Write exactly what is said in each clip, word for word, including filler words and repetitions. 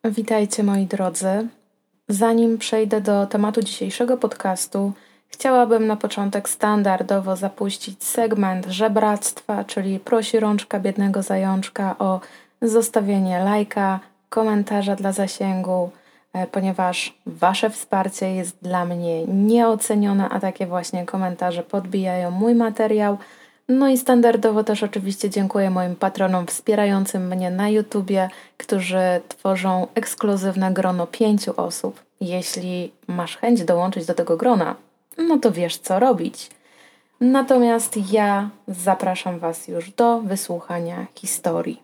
Witajcie moi drodzy. Zanim przejdę do tematu dzisiejszego podcastu, chciałabym na początek standardowo zapuścić segment żebractwa, czyli prosi rączka biednego zajączka o zostawienie lajka, komentarza dla zasięgu, e, ponieważ wasze wsparcie jest dla mnie nieocenione, a takie właśnie komentarze podbijają mój materiał. No i standardowo też oczywiście dziękuję moim patronom wspierającym mnie na YouTubie, którzy tworzą ekskluzywne grono pięciu osób. Jeśli masz chęć dołączyć do tego grona, no to wiesz co robić. Natomiast ja zapraszam Was już do wysłuchania historii.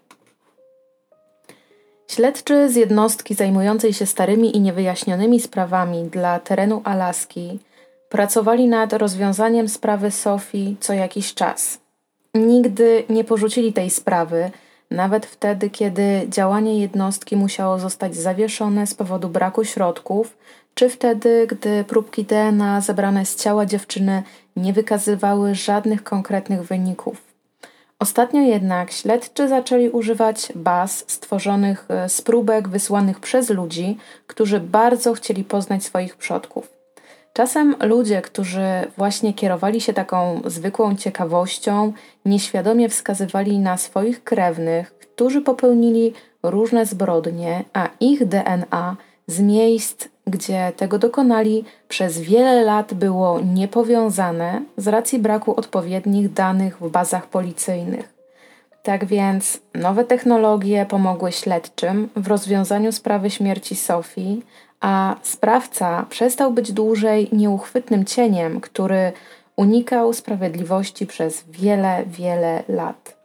Śledczy z jednostki zajmującej się starymi i niewyjaśnionymi sprawami dla terenu Alaski pracowali nad rozwiązaniem sprawy Sophie co jakiś czas. Nigdy nie porzucili tej sprawy, nawet wtedy, kiedy działanie jednostki musiało zostać zawieszone z powodu braku środków, czy wtedy, gdy próbki D N A zebrane z ciała dziewczyny nie wykazywały żadnych konkretnych wyników. Ostatnio jednak śledczy zaczęli używać baz stworzonych z próbek wysłanych przez ludzi, którzy bardzo chcieli poznać swoich przodków. Czasem ludzie, którzy właśnie kierowali się taką zwykłą ciekawością, nieświadomie wskazywali na swoich krewnych, którzy popełnili różne zbrodnie, a ich D N A z miejsc, gdzie tego dokonali, przez wiele lat było niepowiązane z racji braku odpowiednich danych w bazach policyjnych. Tak więc nowe technologie pomogły śledczym w rozwiązaniu sprawy śmierci Sophie, a sprawca przestał być dłużej nieuchwytnym cieniem, który unikał sprawiedliwości przez wiele, wiele lat.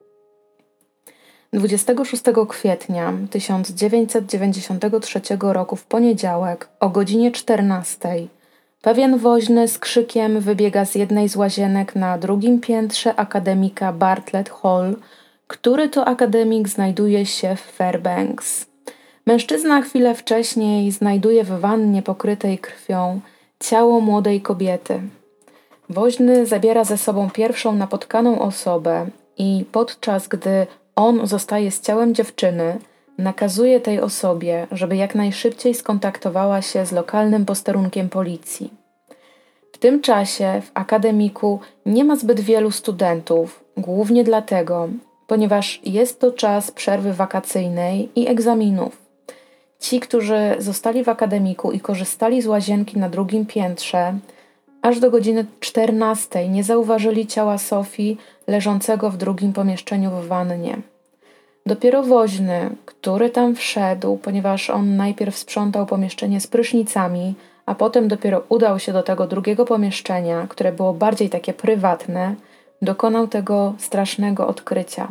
dwudziestego szóstego kwietnia tysiąc dziewięćset dziewięćdziesiątego trzeciego roku w poniedziałek o godzinie czternastej pewien woźny z krzykiem wybiega z jednej z łazienek na drugim piętrze akademika Bartlett Hall, który to akademik znajduje się w Fairbanks. Mężczyzna chwilę wcześniej znajduje w wannie pokrytej krwią ciało młodej kobiety. Woźny zabiera ze sobą pierwszą napotkaną osobę i podczas gdy on zostaje z ciałem dziewczyny, nakazuje tej osobie, żeby jak najszybciej skontaktowała się z lokalnym posterunkiem policji. W tym czasie w akademiku nie ma zbyt wielu studentów, głównie dlatego, ponieważ jest to czas przerwy wakacyjnej i egzaminów. Ci, którzy zostali w akademiku i korzystali z łazienki na drugim piętrze, aż do godziny czternastej nie zauważyli ciała Sophie leżącego w drugim pomieszczeniu w wannie. Dopiero woźny, który tam wszedł, ponieważ on najpierw sprzątał pomieszczenie z prysznicami, a potem dopiero udał się do tego drugiego pomieszczenia, które było bardziej takie prywatne, dokonał tego strasznego odkrycia.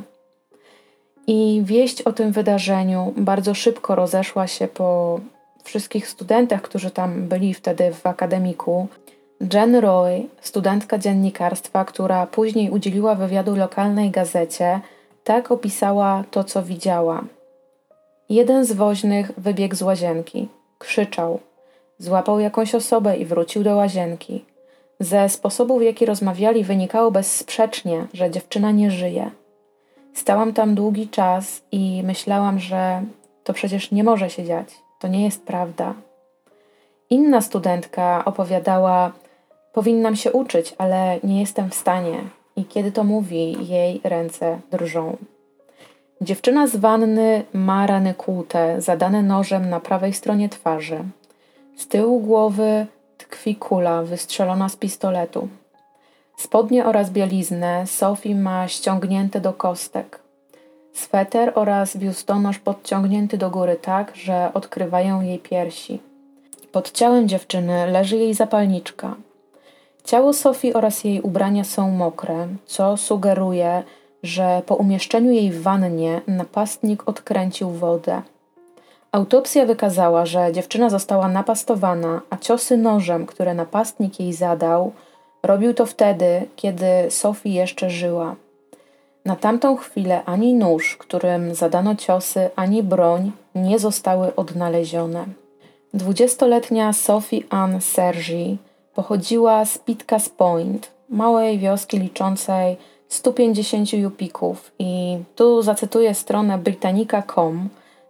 I wieść o tym wydarzeniu bardzo szybko rozeszła się po wszystkich studentach, którzy tam byli wtedy w akademiku. Jen Roy, studentka dziennikarstwa, która później udzieliła wywiadu lokalnej gazecie, tak opisała to, co widziała. Jeden z woźnych wybiegł z łazienki. Krzyczał. Złapał jakąś osobę i wrócił do łazienki. Ze sposobu, w jaki rozmawiali, wynikało bezsprzecznie, że dziewczyna nie żyje. Stałam tam długi czas i myślałam, że to przecież nie może się dziać. To nie jest prawda. Inna studentka opowiadała: powinnam się uczyć, ale nie jestem w stanie. I kiedy to mówi, jej ręce drżą. Dziewczyna z wanny ma rany kłute, zadane nożem na prawej stronie twarzy. Z tyłu głowy tkwi kula wystrzelona z pistoletu. Spodnie oraz bieliznę Sophie ma ściągnięte do kostek. Sweter oraz biustonosz podciągnięty do góry tak, że odkrywają jej piersi. Pod ciałem dziewczyny leży jej zapalniczka. Ciało Sophie oraz jej ubrania są mokre, co sugeruje, że po umieszczeniu jej w wannie napastnik odkręcił wodę. Autopsja wykazała, że dziewczyna została napastowana, a ciosy nożem, które napastnik jej zadał, robił to wtedy, kiedy Sophie jeszcze żyła. Na tamtą chwilę ani nóż, którym zadano ciosy, ani broń nie zostały odnalezione. Dwudziestoletnia Sophie Ann Sergi pochodziła z Pitcairn Point, małej wioski liczącej stu pięćdziesięciu jupików, i tu zacytuję stronę britannica kropka com.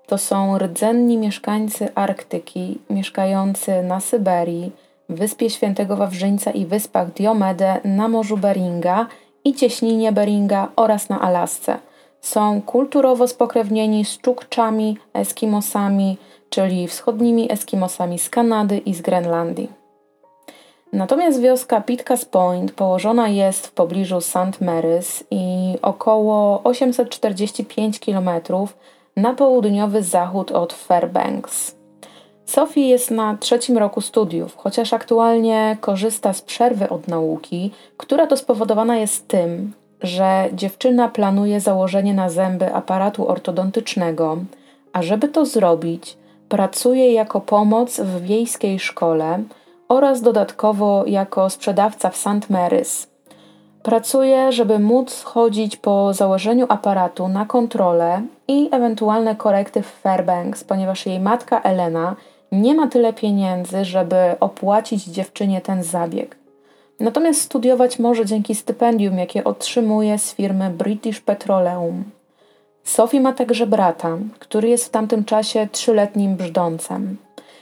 To są rdzenni mieszkańcy Arktyki, mieszkający na Syberii, Wyspie Świętego Wawrzyńca i Wyspach Diomede na Morzu Beringa i Cieśninie Beringa oraz na Alasce. Są kulturowo spokrewnieni z Czukczami, Eskimosami, czyli wschodnimi Eskimosami z Kanady i z Grenlandii. Natomiast wioska Pitcairn Point położona jest w pobliżu Saint Marys i około osiemset czterdzieści pięć kilometrów na południowy zachód od Fairbanks. Sophie jest na trzecim roku studiów, chociaż aktualnie korzysta z przerwy od nauki, która to spowodowana jest tym, że dziewczyna planuje założenie na zęby aparatu ortodontycznego, a żeby to zrobić, pracuje jako pomoc w wiejskiej szkole oraz dodatkowo jako sprzedawca w Saint Marys. Pracuje, żeby móc chodzić po założeniu aparatu na kontrolę i ewentualne korekty w Fairbanks, ponieważ jej matka Elena nie ma tyle pieniędzy, żeby opłacić dziewczynie ten zabieg. Natomiast studiować może dzięki stypendium, jakie otrzymuje z firmy British Petroleum. Sophie ma także brata, który jest w tamtym czasie trzyletnim brzdącem.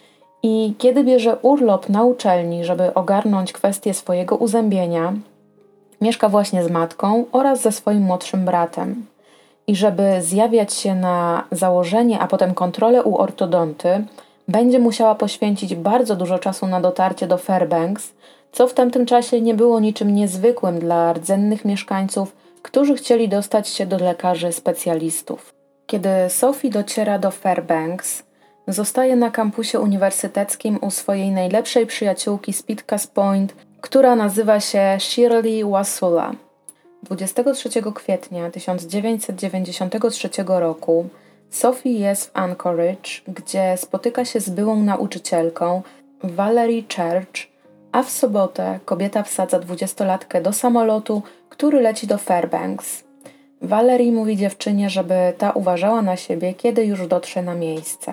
I kiedy bierze urlop na uczelni, żeby ogarnąć kwestię swojego uzębienia, mieszka właśnie z matką oraz ze swoim młodszym bratem. I żeby zjawiać się na założenie, a potem kontrolę u ortodonty, będzie musiała poświęcić bardzo dużo czasu na dotarcie do Fairbanks, co w tamtym czasie nie było niczym niezwykłym dla rdzennych mieszkańców, którzy chcieli dostać się do lekarzy specjalistów. Kiedy Sophie dociera do Fairbanks, zostaje na kampusie uniwersyteckim u swojej najlepszej przyjaciółki z Pitcairn Point, która nazywa się Shirley Wasula. dwudziestego trzeciego kwietnia tysiąc dziewięćset dziewięćdziesiątego trzeciego roku Sophie jest w Anchorage, gdzie spotyka się z byłą nauczycielką Valerie Church, a w sobotę kobieta wsadza dwudziestolatkę do samolotu, który leci do Fairbanks. Valerie mówi dziewczynie, żeby ta uważała na siebie, kiedy już dotrze na miejsce.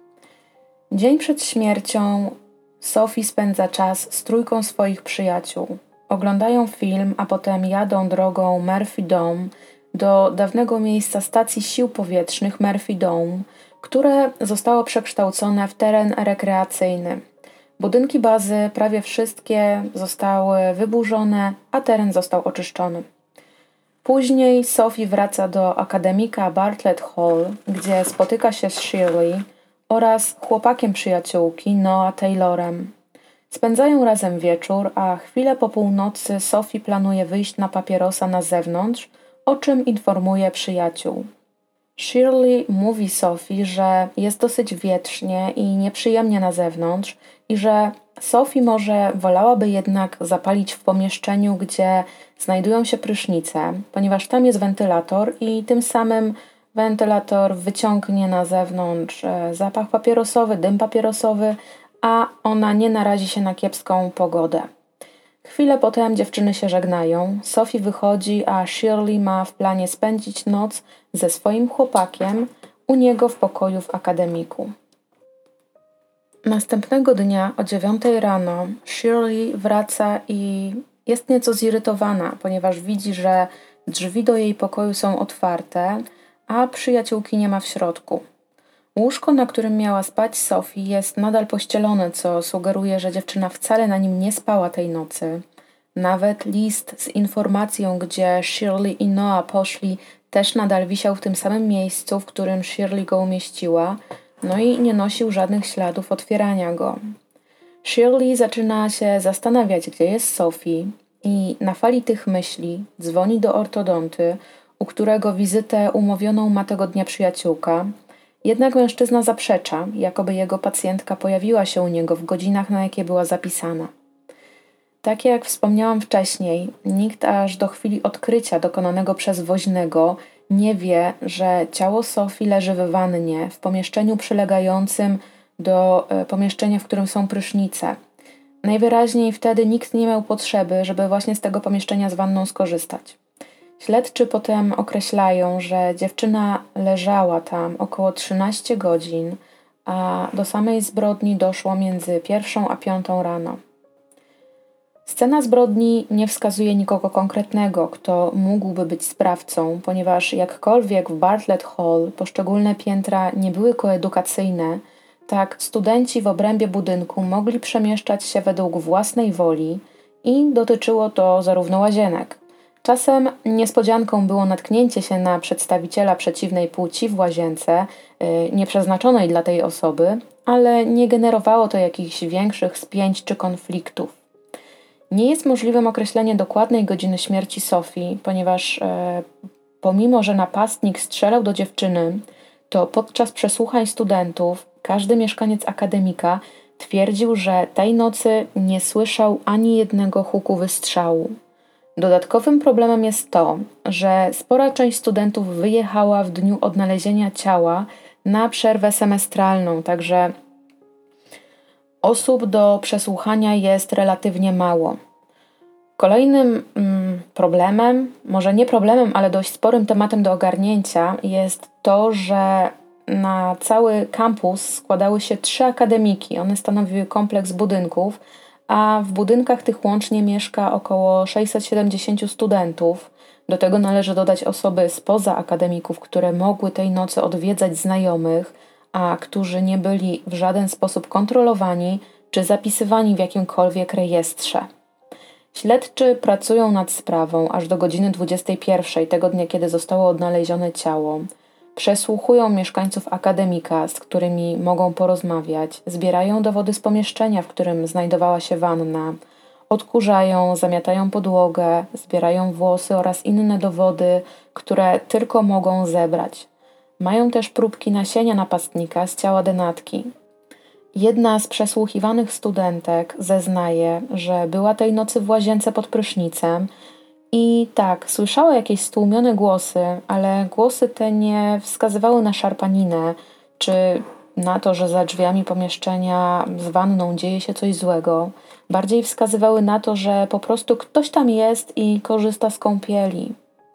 Dzień przed śmiercią Sophie spędza czas z trójką swoich przyjaciół. Oglądają film, a potem jadą drogą Murphy Dome do dawnego miejsca stacji sił powietrznych Murphy Dome, które zostało przekształcone w teren rekreacyjny. Budynki bazy prawie wszystkie zostały wyburzone, a teren został oczyszczony. Później Sophie wraca do akademika Bartlett Hall, gdzie spotyka się z Shirley oraz chłopakiem przyjaciółki Noah Taylorem. Spędzają razem wieczór, a chwilę po północy Sophie planuje wyjść na papierosa na zewnątrz, o czym informuje przyjaciół. Shirley mówi Sophie, że jest dosyć wietrznie i nieprzyjemnie na zewnątrz i że Sophie może wolałaby jednak zapalić w pomieszczeniu, gdzie znajdują się prysznice, ponieważ tam jest wentylator i tym samym wentylator wyciągnie na zewnątrz zapach papierosowy, dym papierosowy, a ona nie narazi się na kiepską pogodę. Chwilę potem dziewczyny się żegnają, Sophie wychodzi, a Shirley ma w planie spędzić noc ze swoim chłopakiem u niego w pokoju w akademiku. Następnego dnia o dziewiątej rano Shirley wraca i jest nieco zirytowana, ponieważ widzi, że drzwi do jej pokoju są otwarte, a przyjaciółki nie ma w środku. Łóżko, na którym miała spać Sophie, jest nadal pościelone, co sugeruje, że dziewczyna wcale na nim nie spała tej nocy. Nawet list z informacją, gdzie Shirley i Noah poszli, też nadal wisiał w tym samym miejscu, w którym Shirley go umieściła, no i nie nosił żadnych śladów otwierania go. Shirley zaczyna się zastanawiać, gdzie jest Sophie, i na fali tych myśli dzwoni do ortodonty, u którego wizytę umówioną ma tego dnia przyjaciółka. Jednak mężczyzna zaprzecza, jakoby jego pacjentka pojawiła się u niego w godzinach, na jakie była zapisana. Tak jak wspomniałam wcześniej, nikt aż do chwili odkrycia dokonanego przez woźnego nie wie, że ciało Sophie leży w wannie w pomieszczeniu przylegającym do e, pomieszczenia, w którym są prysznice. Najwyraźniej wtedy nikt nie miał potrzeby, żeby właśnie z tego pomieszczenia z wanną skorzystać. Śledczy potem określają, że dziewczyna leżała tam około trzynaście godzin, a do samej zbrodni doszło między pierwszą a piątą rano. Scena zbrodni nie wskazuje nikogo konkretnego, kto mógłby być sprawcą, ponieważ jakkolwiek w Bartlett Hall poszczególne piętra nie były koedukacyjne, tak studenci w obrębie budynku mogli przemieszczać się według własnej woli i dotyczyło to zarówno łazienek. Czasem niespodzianką było natknięcie się na przedstawiciela przeciwnej płci w łazience, yy, nieprzeznaczonej dla tej osoby, ale nie generowało to jakichś większych spięć czy konfliktów. Nie jest możliwym określenie dokładnej godziny śmierci Sophie, ponieważ e, pomimo, że napastnik strzelał do dziewczyny, to podczas przesłuchań studentów każdy mieszkaniec akademika twierdził, że tej nocy nie słyszał ani jednego huku wystrzału. Dodatkowym problemem jest to, że spora część studentów wyjechała w dniu odnalezienia ciała na przerwę semestralną, także osób do przesłuchania jest relatywnie mało. Kolejnym mm, problemem, może nie problemem, ale dość sporym tematem do ogarnięcia jest to, że na cały kampus składały się trzy akademiki. One stanowiły kompleks budynków, a w budynkach tych łącznie mieszka około sześćset siedemdziesiąt studentów. Do tego należy dodać osoby spoza akademików, które mogły tej nocy odwiedzać znajomych, a którzy nie byli w żaden sposób kontrolowani czy zapisywani w jakimkolwiek rejestrze. Śledczy pracują nad sprawą aż do godziny dwudziestej pierwszej tego dnia, kiedy zostało odnalezione ciało. Przesłuchują mieszkańców akademika, z którymi mogą porozmawiać, zbierają dowody z pomieszczenia, w którym znajdowała się wanna, odkurzają, zamiatają podłogę, zbierają włosy oraz inne dowody, które tylko mogą zebrać. Mają też próbki nasienia napastnika z ciała denatki. Jedna z przesłuchiwanych studentek zeznaje, że była tej nocy w łazience pod prysznicem i tak, słyszała jakieś stłumione głosy, ale głosy te nie wskazywały na szarpaninę czy na to, że za drzwiami pomieszczenia z wanną dzieje się coś złego. Bardziej wskazywały na to, że po prostu ktoś tam jest i korzysta z kąpieli.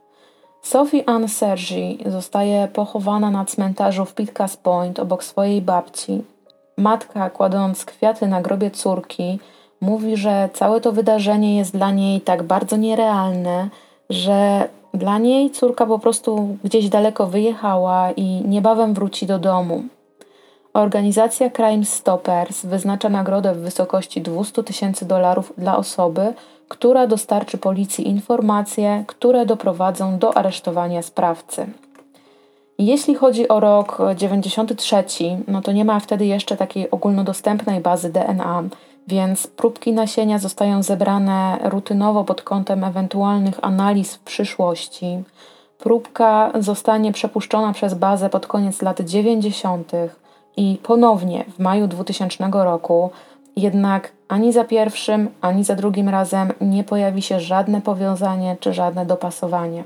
Sophie Ann Sergi zostaje pochowana na cmentarzu w Pitcairn Point obok swojej babci. Matka, kładąc kwiaty na grobie córki, mówi, że całe to wydarzenie jest dla niej tak bardzo nierealne, że dla niej córka po prostu gdzieś daleko wyjechała i niebawem wróci do domu. Organizacja Crime Stoppers wyznacza nagrodę w wysokości dwieście tysięcy dolarów dla osoby, która dostarczy policji informacje, które doprowadzą do aresztowania sprawcy. Jeśli chodzi o rok dziewięćdziesiąty trzeci, no to nie ma wtedy jeszcze takiej ogólnodostępnej bazy D N A, więc próbki nasienia zostają zebrane rutynowo pod kątem ewentualnych analiz w przyszłości. Próbka zostanie przepuszczona przez bazę pod koniec lat dziewięćdziesiątych i ponownie w maju dwutysięcznego roku, jednak ani za pierwszym, ani za drugim razem nie pojawi się żadne powiązanie czy żadne dopasowanie.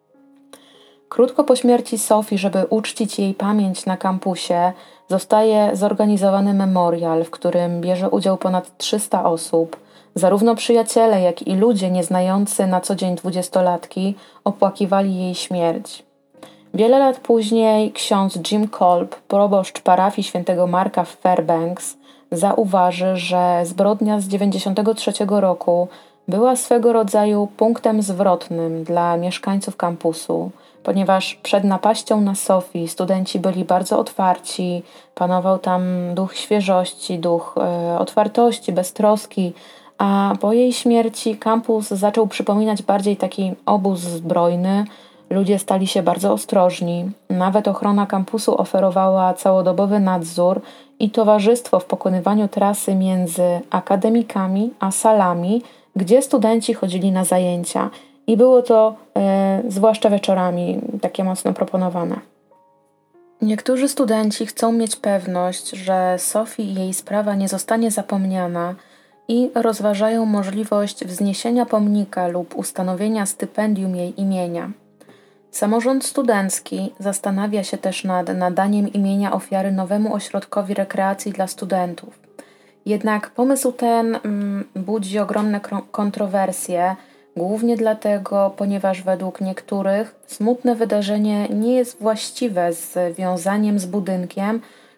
Krótko po śmierci Sophie, żeby uczcić jej pamięć na kampusie, zostaje zorganizowany memorial, w którym bierze udział ponad trzysta osób. Zarówno przyjaciele, jak i ludzie nieznający na co dzień dwudziestolatki opłakiwali jej śmierć. Wiele lat później ksiądz Jim Kolb, proboszcz parafii świętego Marka w Fairbanks, zauważy, że zbrodnia z dziewięćdziesiątego trzeciego roku była swego rodzaju punktem zwrotnym dla mieszkańców kampusu, ponieważ przed napaścią na Sophie studenci byli bardzo otwarci, panował tam duch świeżości, duch e, otwartości, beztroski, a po jej śmierci kampus zaczął przypominać bardziej taki obóz zbrojny. Ludzie stali się bardzo ostrożni. Nawet ochrona kampusu oferowała całodobowy nadzór i towarzystwo w pokonywaniu trasy między akademikami a salami, gdzie studenci chodzili na zajęcia. I było to, e, zwłaszcza wieczorami, takie mocno proponowane. Niektórzy studenci chcą mieć pewność, że Sophie i jej sprawa nie zostanie zapomniana i rozważają możliwość wzniesienia pomnika lub ustanowienia stypendium jej imienia. Samorząd studencki zastanawia się też nad nadaniem imienia ofiary nowemu ośrodkowi rekreacji dla studentów. Jednak pomysł ten mm, budzi ogromne kontrowersje, głównie dlatego, ponieważ według niektórych smutne wydarzenie nie jest właściwe z wiązaniem z budynkiem,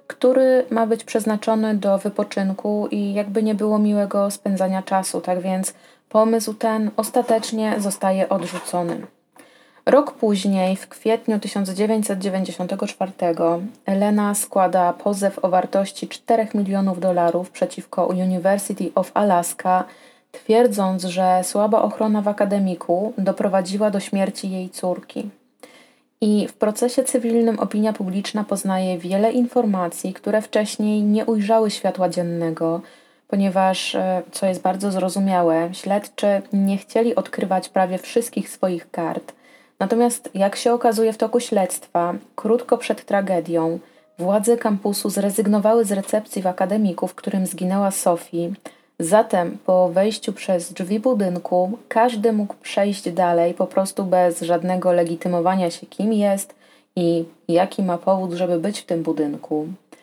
który ma być przeznaczony do wypoczynku i jakby nie było miłego spędzania czasu, tak więc pomysł ten ostatecznie zostaje odrzucony. Rok później, w kwietniu tysiąc dziewięćset dziewięćdziesiątego czwartego, Elena składa pozew o wartości czterech milionów dolarów przeciwko University of Alaska, twierdząc, że słaba ochrona w akademiku doprowadziła do śmierci jej córki. I w procesie cywilnym opinia publiczna poznaje wiele informacji, które wcześniej nie ujrzały światła dziennego, ponieważ, co jest bardzo zrozumiałe, śledczy nie chcieli odkrywać prawie wszystkich swoich kart. Natomiast, jak się okazuje w toku śledztwa, krótko przed tragedią, władze kampusu zrezygnowały z recepcji w akademiku, w którym zginęła Sophie. Zatem po wejściu przez drzwi budynku każdy mógł przejść dalej po prostu bez żadnego legitymowania się, kim jest i jaki ma powód, żeby być w tym budynku.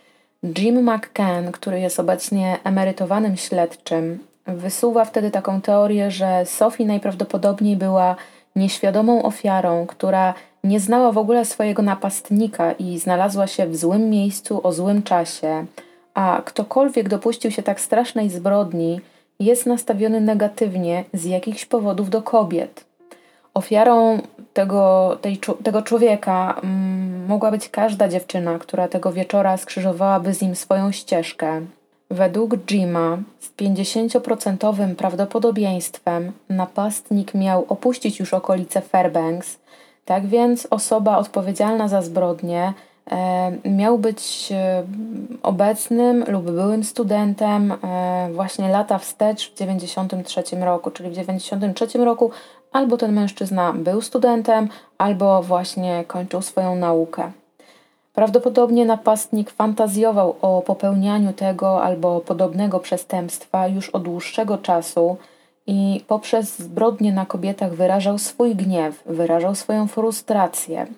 Jim McCann, który jest obecnie emerytowanym śledczym, wysuwa wtedy taką teorię, że Sophie najprawdopodobniej była nieświadomą ofiarą, która nie znała w ogóle swojego napastnika i znalazła się w złym miejscu o złym czasie, a ktokolwiek dopuścił się tak strasznej zbrodni, jest nastawiony negatywnie z jakichś powodów do kobiet. Ofiarą tego, tej, tego człowieka mm, mogła być każda dziewczyna, która tego wieczora skrzyżowałaby z nim swoją ścieżkę. Według Jima z pięćdziesięcioprocentowym prawdopodobieństwem napastnik miał opuścić już okolice Fairbanks, tak więc osoba odpowiedzialna za zbrodnię e, miał być e, obecnym lub byłym studentem e, właśnie lata wstecz w dziewięćdziesiątym trzecim roku, czyli w dziewięćdziesiątym trzecim roku albo ten mężczyzna był studentem, albo właśnie kończył swoją naukę. Prawdopodobnie napastnik fantazjował o popełnianiu tego albo podobnego przestępstwa już od dłuższego czasu i poprzez zbrodnie na kobietach wyrażał swój gniew, wyrażał swoją frustrację.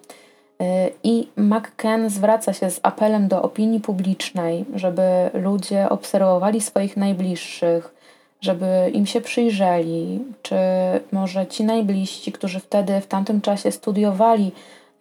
I McCann zwraca się z apelem do opinii publicznej, żeby ludzie obserwowali swoich najbliższych, żeby im się przyjrzeli, czy może ci najbliżsi, którzy wtedy w tamtym czasie studiowali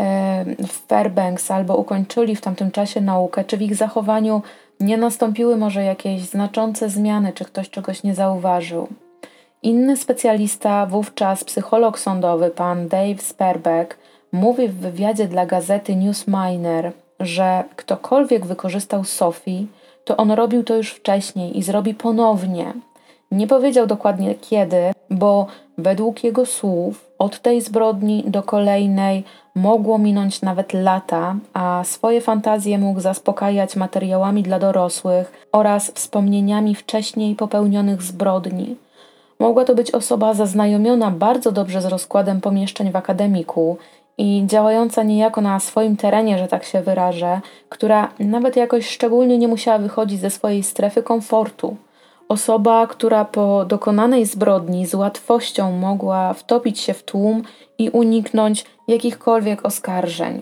w Fairbanks albo ukończyli w tamtym czasie naukę, czy w ich zachowaniu nie nastąpiły może jakieś znaczące zmiany, czy ktoś czegoś nie zauważył. Inny specjalista, wówczas psycholog sądowy, pan Dave Sperbeck, mówi w wywiadzie dla gazety Newsminer, że ktokolwiek wykorzystał Sophie, to on robił to już wcześniej i zrobi ponownie. Nie powiedział dokładnie kiedy, bo według jego słów od tej zbrodni do kolejnej mogło minąć nawet lata, a swoje fantazje mógł zaspokajać materiałami dla dorosłych oraz wspomnieniami wcześniej popełnionych zbrodni. Mogła to być osoba zaznajomiona bardzo dobrze z rozkładem pomieszczeń w akademiku i działająca niejako na swoim terenie, że tak się wyrażę, która nawet jakoś szczególnie nie musiała wychodzić ze swojej strefy komfortu. Osoba, która po dokonanej zbrodni z łatwością mogła wtopić się w tłum i uniknąć jakichkolwiek oskarżeń.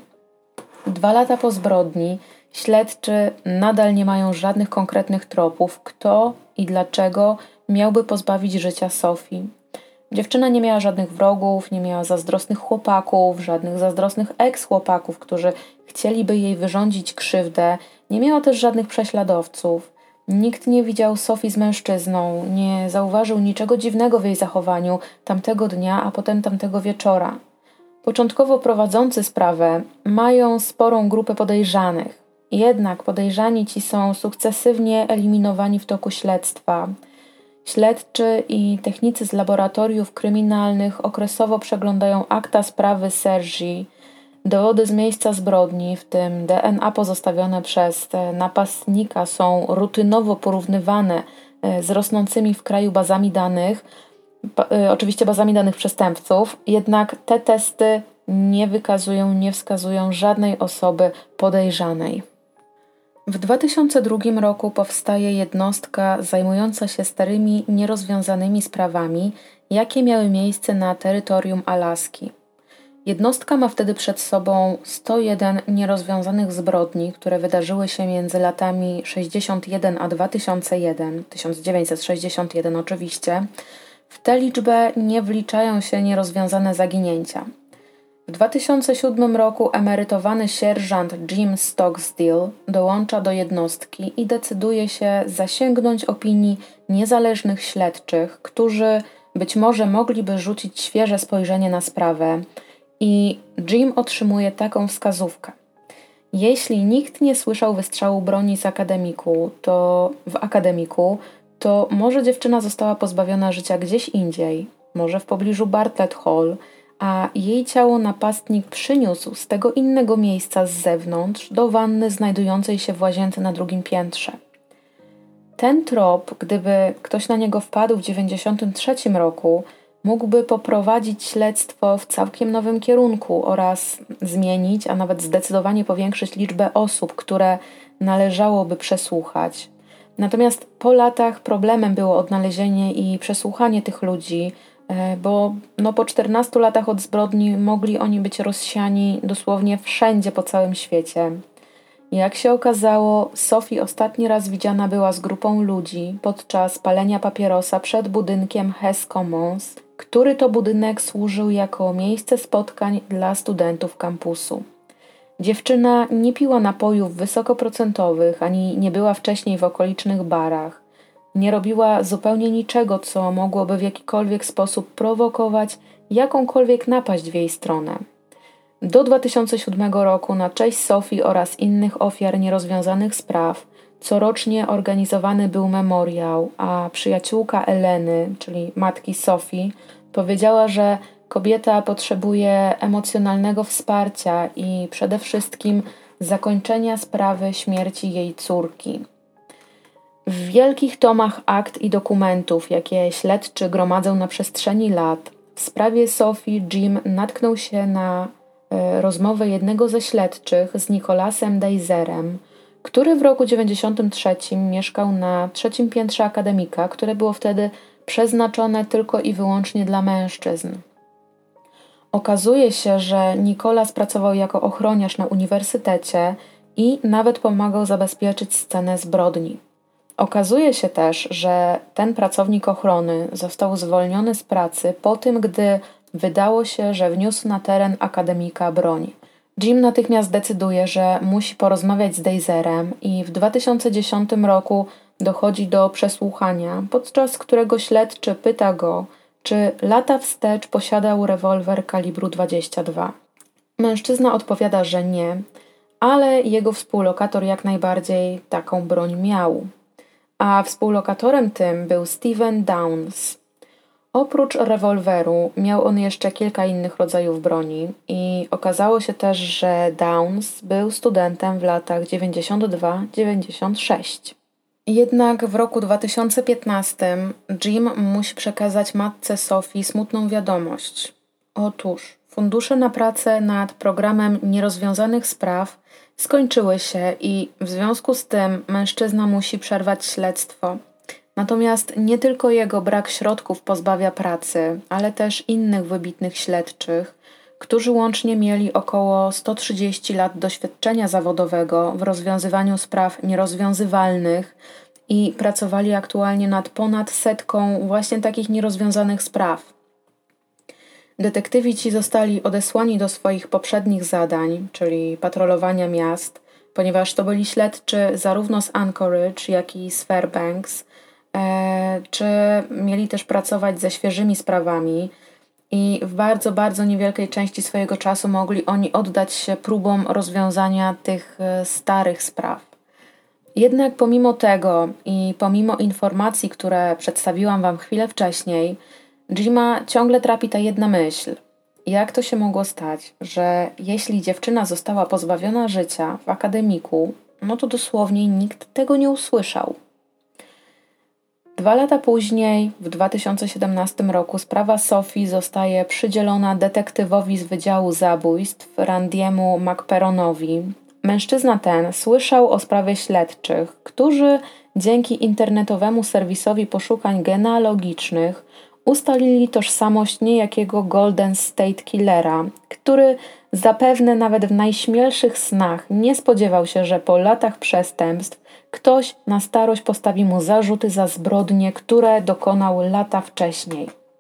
Dwa lata po zbrodni śledczy nadal nie mają żadnych konkretnych tropów, kto i dlaczego miałby pozbawić życia Sophie. Dziewczyna nie miała żadnych wrogów, nie miała zazdrosnych chłopaków, żadnych zazdrosnych ex-chłopaków, którzy chcieliby jej wyrządzić krzywdę, nie miała też żadnych prześladowców. Nikt nie widział Sophie z mężczyzną, nie zauważył niczego dziwnego w jej zachowaniu tamtego dnia, a potem tamtego wieczora. Początkowo prowadzący sprawę mają sporą grupę podejrzanych, jednak podejrzani ci są sukcesywnie eliminowani w toku śledztwa. Śledczy i technicy z laboratoriów kryminalnych okresowo przeglądają akta sprawy Sergi, dowody z miejsca zbrodni, w tym D N A pozostawione przez napastnika, są rutynowo porównywane z rosnącymi w kraju bazami danych, oczywiście bazami danych przestępców, jednak te testy nie wykazują, nie wskazują żadnej osoby podejrzanej. W dwa tysiące drugim roku powstaje jednostka zajmująca się starymi, nierozwiązanymi sprawami, jakie miały miejsce na terytorium Alaski. Jednostka ma wtedy przed sobą sto jeden nierozwiązanych zbrodni, które wydarzyły się między latami sześćdziesiąt jeden a dwa tysiące jeden, tysiąc dziewięćset sześćdziesiąt jeden oczywiście. W tę liczbę nie wliczają się nierozwiązane zaginięcia. W dwa tysiące siódmym roku emerytowany sierżant Jim Stogsdill dołącza do jednostki i decyduje się zasięgnąć opinii niezależnych śledczych, którzy być może mogliby rzucić świeże spojrzenie na sprawę, i Jim otrzymuje taką wskazówkę. Jeśli nikt nie słyszał wystrzału broni z akademiku, to w akademiku, to może dziewczyna została pozbawiona życia gdzieś indziej, może w pobliżu Bartlett Hall, a jej ciało napastnik przyniósł z tego innego miejsca z zewnątrz do wanny znajdującej się w łazience na drugim piętrze. Ten trop, gdyby ktoś na niego wpadł w dziewięćdziesiątym trzecim roku, mógłby poprowadzić śledztwo w całkiem nowym kierunku oraz zmienić, a nawet zdecydowanie powiększyć liczbę osób, które należałoby przesłuchać. Natomiast po latach problemem było odnalezienie i przesłuchanie tych ludzi, bo no po czternastu latach od zbrodni mogli oni być rozsiani dosłownie wszędzie po całym świecie. Jak się okazało, Sophie ostatni raz widziana była z grupą ludzi podczas palenia papierosa przed budynkiem Hess Commons, który to budynek służył jako miejsce spotkań dla studentów kampusu. Dziewczyna nie piła napojów wysokoprocentowych, ani nie była wcześniej w okolicznych barach. Nie robiła zupełnie niczego, co mogłoby w jakikolwiek sposób prowokować jakąkolwiek napaść w jej stronę. Do dwa tysiące siódmego roku na cześć Sophie oraz innych ofiar nierozwiązanych spraw corocznie organizowany był memoriał, a przyjaciółka Eleny, czyli matki Sophie, powiedziała, że kobieta potrzebuje emocjonalnego wsparcia i przede wszystkim zakończenia sprawy śmierci jej córki. W wielkich tomach akt i dokumentów, jakie śledczy gromadzą na przestrzeni lat, w sprawie Sophie Jim natknął się na y, rozmowę jednego ze śledczych z Nicholasem Dazerem, który w roku dziewięćdziesiątym trzecim mieszkał na trzecim piętrze akademika, które było wtedy przeznaczone tylko i wyłącznie dla mężczyzn. Okazuje się, że Nicholas pracował jako ochroniarz na uniwersytecie i nawet pomagał zabezpieczyć scenę zbrodni. Okazuje się też, że ten pracownik ochrony został zwolniony z pracy po tym, gdy wydało się, że wniósł na teren akademika broń. Jim natychmiast decyduje, że musi porozmawiać z Dazerem i w dwa tysiące dziesiątym roku dochodzi do przesłuchania, podczas którego śledczy pyta go, czy lata wstecz posiadał rewolwer kalibru dwadzieścia dwa. Mężczyzna odpowiada, że nie, ale jego współlokator jak najbardziej taką broń miał. A współlokatorem tym był Steven Downs. Oprócz rewolweru miał on jeszcze kilka innych rodzajów broni i okazało się też, że Downs był studentem w latach dziewięćdziesiątym drugim dziewięćdziesiątym szóstym. Jednak w roku dwa tysiące piętnastym Jim musi przekazać matce Sophie smutną wiadomość. Otóż fundusze na pracę nad programem nierozwiązanych spraw skończyły się i w związku z tym mężczyzna musi przerwać śledztwo. Natomiast nie tylko jego brak środków pozbawia pracy, ale też innych wybitnych śledczych, którzy łącznie mieli około sto trzydzieści lat doświadczenia zawodowego w rozwiązywaniu spraw nierozwiązywalnych i pracowali aktualnie nad ponad setką właśnie takich nierozwiązanych spraw. Detektywi ci zostali odesłani do swoich poprzednich zadań, czyli patrolowania miast, ponieważ to byli śledczy zarówno z Anchorage, jak i z Fairbanks, e, czy mieli też pracować ze świeżymi sprawami i w bardzo, bardzo niewielkiej części swojego czasu mogli oni oddać się próbom rozwiązania tych e, starych spraw. Jednak pomimo tego i pomimo informacji, które przedstawiłam wam chwilę wcześniej, Jima ciągle trapi ta jedna myśl. Jak to się mogło stać, że jeśli dziewczyna została pozbawiona życia w akademiku, no to dosłownie nikt tego nie usłyszał. Dwa lata później, w dwa tysiące siedemnastym roku, sprawa Sophie zostaje przydzielona detektywowi z Wydziału Zabójstw Randiemu McPeronowi. Mężczyzna ten słyszał o sprawie śledczych, którzy dzięki internetowemu serwisowi poszukań genealogicznych ustalili tożsamość niejakiego Golden State Killera, który zapewne nawet w najśmielszych snach nie spodziewał się, że po latach przestępstw ktoś na starość postawi mu zarzuty za zbrodnie, które dokonał lata wcześniej.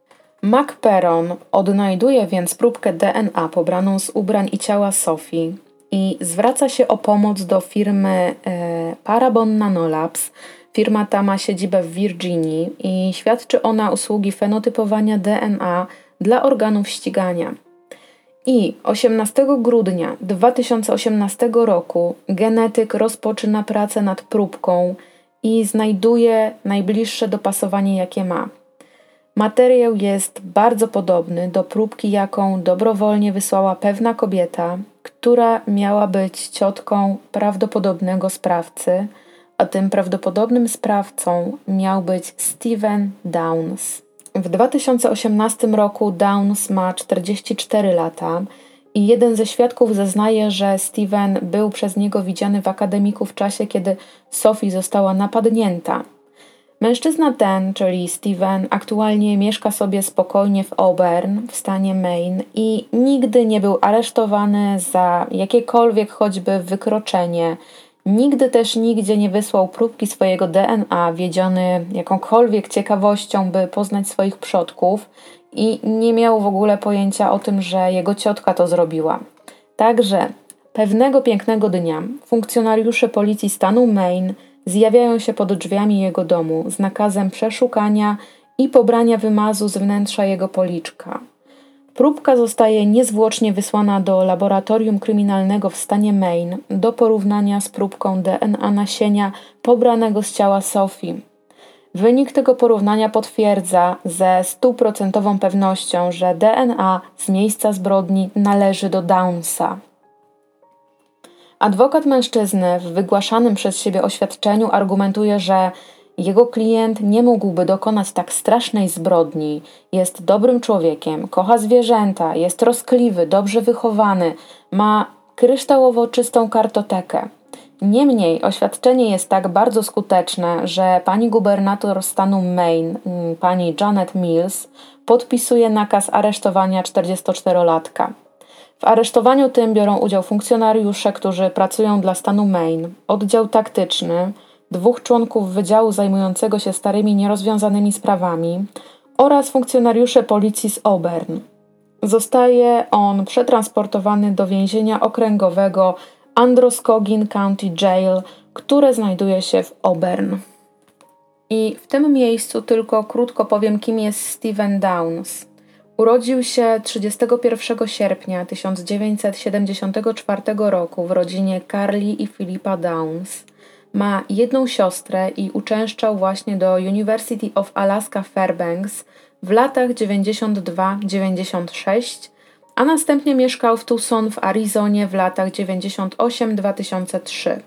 Mac Perron odnajduje więc próbkę D N A pobraną z ubrań i ciała Sophie i zwraca się o pomoc do firmy e, Parabon Nanolabs. Firma ta ma siedzibę w Virginii i świadczy ona usługi fenotypowania D N A dla organów ścigania. I osiemnastego grudnia dwa tysiące osiemnastego roku genetyk rozpoczyna pracę nad próbką i znajduje najbliższe dopasowanie, jakie ma. Materiał jest bardzo podobny do próbki, jaką dobrowolnie wysłała pewna kobieta, która miała być ciotką prawdopodobnego sprawcy, a tym prawdopodobnym sprawcą miał być Steven Downs. W dwa tysiące osiemnastym roku Downs ma czterdzieści cztery lata i jeden ze świadków zeznaje, że Steven był przez niego widziany w akademiku w czasie, kiedy Sophie została napadnięta. Mężczyzna ten, czyli Steven, aktualnie mieszka sobie spokojnie w Auburn w stanie Maine i nigdy nie był aresztowany za jakiekolwiek choćby wykroczenie. Nigdy też nigdzie nie wysłał próbki swojego D N A, wiedziony jakąkolwiek ciekawością, by poznać swoich przodków i nie miał w ogóle pojęcia o tym, że jego ciotka to zrobiła. Także pewnego pięknego dnia funkcjonariusze policji stanu Maine zjawiają się pod drzwiami jego domu z nakazem przeszukania i pobrania wymazu z wnętrza jego policzka. Próbka zostaje niezwłocznie wysłana do laboratorium kryminalnego w stanie Maine do porównania z próbką D N A nasienia pobranego z ciała Sophie. Wynik tego porównania potwierdza ze stuprocentową pewnością, że D N A z miejsca zbrodni należy do Downsa. Adwokat mężczyzny w wygłaszanym przez siebie oświadczeniu argumentuje, że jego klient nie mógłby dokonać tak strasznej zbrodni. Jest dobrym człowiekiem, kocha zwierzęta, jest troskliwy, dobrze wychowany, ma kryształowo czystą kartotekę. Niemniej oświadczenie jest tak bardzo skuteczne, że pani gubernator stanu Maine, pani Janet Mills, podpisuje nakaz aresztowania czterdziestoczterolatka. W aresztowaniu tym biorą udział funkcjonariusze, którzy pracują dla stanu Maine, oddział taktyczny, dwóch członków wydziału zajmującego się starymi nierozwiązanymi sprawami oraz funkcjonariusze policji z Auburn. Zostaje on przetransportowany do więzienia okręgowego Androscoggin County Jail, które znajduje się w Auburn. I w tym miejscu tylko krótko powiem, kim jest Steven Downs. Urodził się trzydziestego pierwszego sierpnia tysiąc dziewięćset siedemdziesiątego czwartego roku w rodzinie Carly i Philippa Downs. Ma jedną siostrę i uczęszczał właśnie do University of Alaska Fairbanks w latach dziewięćdziesiąt dwa dziewięćdziesiąt sześć, a następnie mieszkał w Tucson w Arizonie w latach dziewięćdziesiąt osiem dwa tysiące trzy.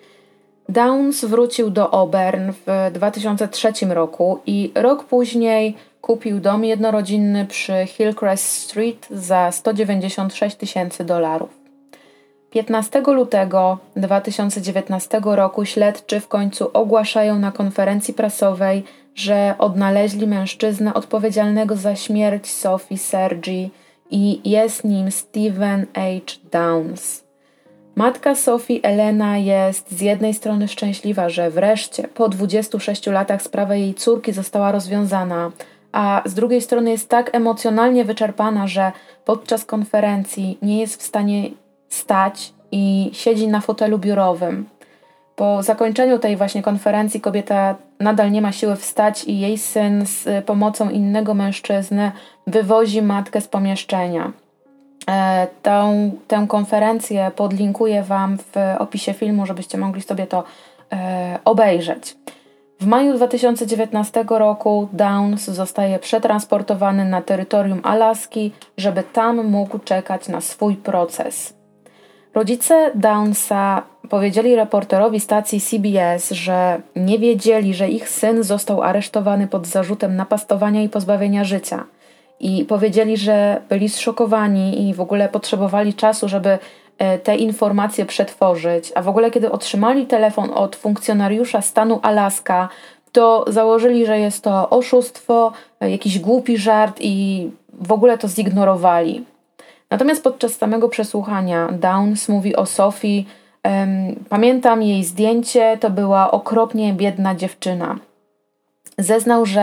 Downs wrócił do Auburn w dwa tysiące trzecim roku i rok później kupił dom jednorodzinny przy Hillcrest Street za sto dziewięćdziesiąt sześć tysięcy dolarów. piętnastego lutego dwa tysiące dziewiętnastego roku śledczy w końcu ogłaszają na konferencji prasowej, że odnaleźli mężczyznę odpowiedzialnego za śmierć Sophie Sergi i jest nim Steven H. Downs. Matka Sophie, Elena, jest z jednej strony szczęśliwa, że wreszcie po dwudziestu sześciu latach sprawa jej córki została rozwiązana, a z drugiej strony jest tak emocjonalnie wyczerpana, że podczas konferencji nie jest w stanie stać i siedzi na fotelu biurowym. Po zakończeniu tej właśnie konferencji kobieta nadal nie ma siły wstać i jej syn z pomocą innego mężczyzny wywozi matkę z pomieszczenia. E, tę, tę konferencję podlinkuję Wam w opisie filmu, żebyście mogli sobie to e, obejrzeć. W maju dwa tysiące dziewiętnastego roku Downs zostaje przetransportowany na terytorium Alaski, żeby tam mógł czekać na swój proces. Rodzice Downsa powiedzieli reporterowi stacji C B S, że nie wiedzieli, że ich syn został aresztowany pod zarzutem napastowania i pozbawienia życia. I powiedzieli, że byli zszokowani i w ogóle potrzebowali czasu, żeby te informacje przetworzyć. A w ogóle kiedy otrzymali telefon od funkcjonariusza stanu Alaska, to założyli, że jest to oszustwo, jakiś głupi żart i w ogóle to zignorowali. Natomiast podczas samego przesłuchania Downs mówi o Sophie. Um, pamiętam jej zdjęcie, to była okropnie biedna dziewczyna. Zeznał, że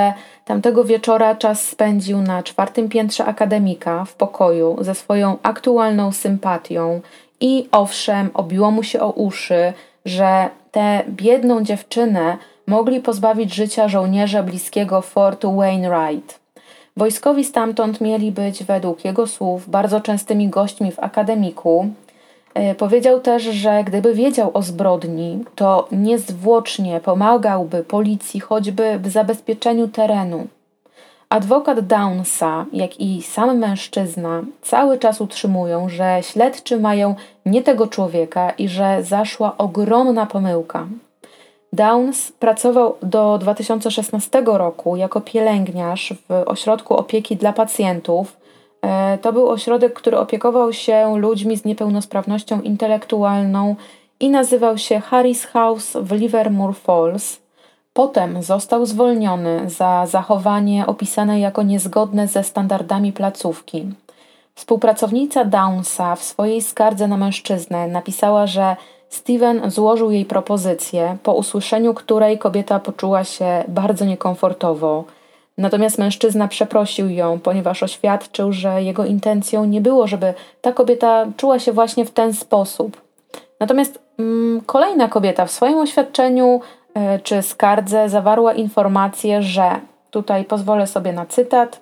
tamtego wieczora czas spędził na czwartym piętrze akademika w pokoju ze swoją aktualną sympatią i owszem, obiło mu się o uszy, że tę biedną dziewczynę mogli pozbawić życia żołnierze bliskiego fortu Wainwright. Wojskowi stamtąd mieli być, według jego słów, bardzo częstymi gośćmi w akademiku. Powiedział też, że gdyby wiedział o zbrodni, to niezwłocznie pomagałby policji choćby w zabezpieczeniu terenu. Adwokat Downsa, jak i sam mężczyzna cały czas utrzymują, że śledczy mają nie tego człowieka i że zaszła ogromna pomyłka. Downs pracował do dwa tysiące szesnastego roku jako pielęgniarz w ośrodku opieki dla pacjentów. To był ośrodek, który opiekował się ludźmi z niepełnosprawnością intelektualną i nazywał się Harris House w Livermore Falls. Potem został zwolniony za zachowanie opisane jako niezgodne ze standardami placówki. Współpracownica Downsa w swojej skardze na mężczyznę napisała, że Steven złożył jej propozycję, po usłyszeniu której kobieta poczuła się bardzo niekomfortowo. Natomiast mężczyzna przeprosił ją, ponieważ oświadczył, że jego intencją nie było, żeby ta kobieta czuła się właśnie w ten sposób. Natomiast mm, kolejna kobieta w swoim oświadczeniu y, czy skardze zawarła informację, że, tutaj pozwolę sobie na cytat,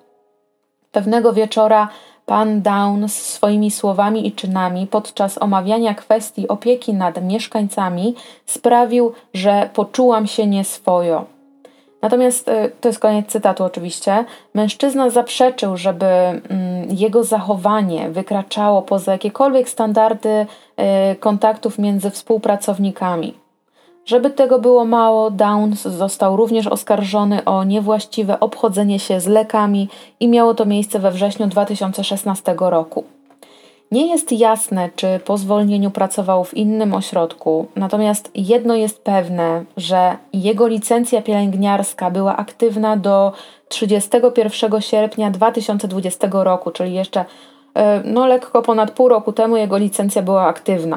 pewnego wieczora pan Downs swoimi słowami i czynami podczas omawiania kwestii opieki nad mieszkańcami sprawił, że poczułam się nieswojo. Natomiast, to jest koniec cytatu oczywiście, mężczyzna zaprzeczył, żeby mm, jego zachowanie wykraczało poza jakiekolwiek standardy y, kontaktów między współpracownikami. Żeby tego było mało, Downs został również oskarżony o niewłaściwe obchodzenie się z lekami i miało to miejsce we wrześniu dwa tysiące szesnastego roku. Nie jest jasne, czy po zwolnieniu pracował w innym ośrodku, natomiast jedno jest pewne, że jego licencja pielęgniarska była aktywna do trzydziestego pierwszego sierpnia dwa tysiące dwudziestego roku, czyli jeszcze no, lekko ponad pół roku temu jego licencja była aktywna.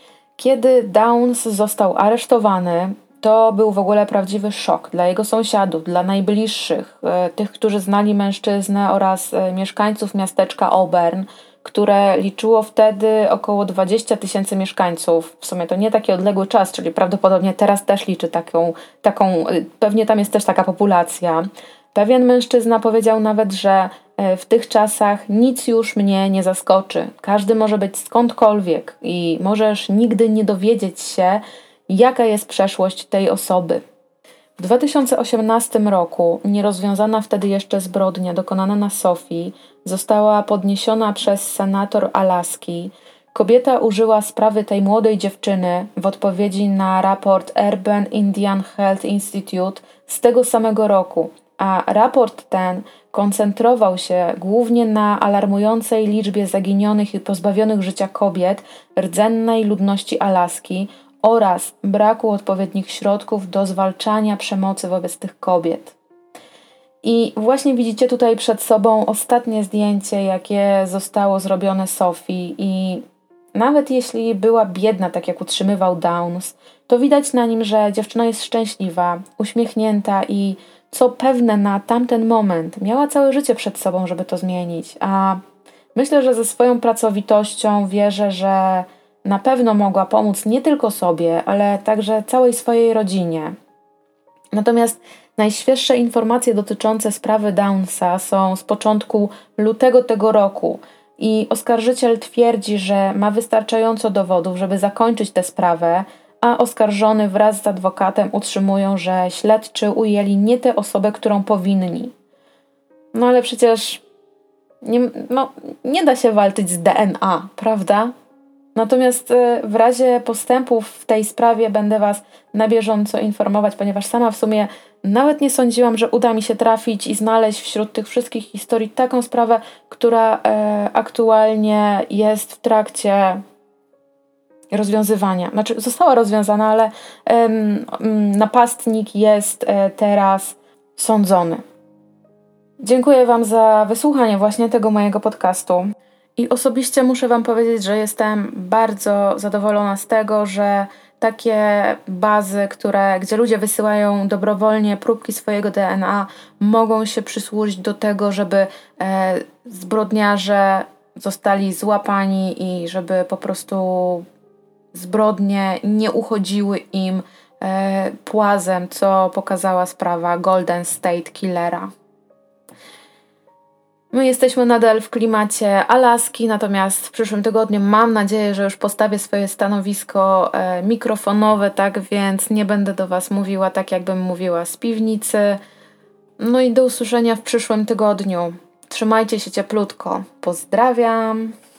Kiedy Downs został aresztowany, to był w ogóle prawdziwy szok dla jego sąsiadów, dla najbliższych, tych, którzy znali mężczyznę oraz mieszkańców miasteczka Auburn, które liczyło wtedy około dwadzieścia tysięcy mieszkańców. W sumie to nie taki odległy czas, czyli prawdopodobnie teraz też liczy taką, taką, pewnie tam jest też taka populacja. Pewien mężczyzna powiedział nawet, że w tych czasach nic już mnie nie zaskoczy. Każdy może być skądkolwiek i możesz nigdy nie dowiedzieć się, jaka jest przeszłość tej osoby. W dwa tysiące osiemnastym roku nierozwiązana wtedy jeszcze zbrodnia dokonana na Sophie została podniesiona przez senator Alaski. Kobieta użyła sprawy tej młodej dziewczyny w odpowiedzi na raport Urban Indian Health Institute z tego samego roku, a raport ten koncentrował się głównie na alarmującej liczbie zaginionych i pozbawionych życia kobiet rdzennej ludności Alaski oraz braku odpowiednich środków do zwalczania przemocy wobec tych kobiet. I właśnie widzicie tutaj przed sobą ostatnie zdjęcie, jakie zostało zrobione Sophie i nawet jeśli była biedna, tak jak utrzymywał Downs, to widać na nim, że dziewczyna jest szczęśliwa, uśmiechnięta i co pewne na tamten moment miała całe życie przed sobą, żeby to zmienić. A myślę, że ze swoją pracowitością wierzę, że na pewno mogła pomóc nie tylko sobie, ale także całej swojej rodzinie. Natomiast najświeższe informacje dotyczące sprawy Downsa są z początku lutego tego roku i oskarżyciel twierdzi, że ma wystarczająco dowodów, żeby zakończyć tę sprawę, a oskarżony wraz z adwokatem utrzymują, że śledczy ujęli nie tę osobę, którą powinni. No ale przecież nie, no, nie da się walczyć z D N A, prawda? Natomiast w razie postępów w tej sprawie będę Was na bieżąco informować, ponieważ sama w sumie nawet nie sądziłam, że uda mi się trafić i znaleźć wśród tych wszystkich historii taką sprawę, która e, aktualnie jest w trakcie rozwiązywania. Znaczy została rozwiązana, ale em, napastnik jest e, teraz sądzony. Dziękuję Wam za wysłuchanie właśnie tego mojego podcastu. I osobiście muszę Wam powiedzieć, że jestem bardzo zadowolona z tego, że takie bazy, które, gdzie ludzie wysyłają dobrowolnie próbki swojego D N A, mogą się przysłużyć do tego, żeby e, zbrodniarze zostali złapani i żeby po prostu zbrodnie nie uchodziły im e, płazem, co pokazała sprawa Golden State Killera. My jesteśmy nadal w klimacie Alaski, natomiast w przyszłym tygodniu mam nadzieję, że już postawię swoje stanowisko e, mikrofonowe, tak więc nie będę do Was mówiła tak, jakbym mówiła z piwnicy. No i do usłyszenia w przyszłym tygodniu. Trzymajcie się cieplutko. Pozdrawiam.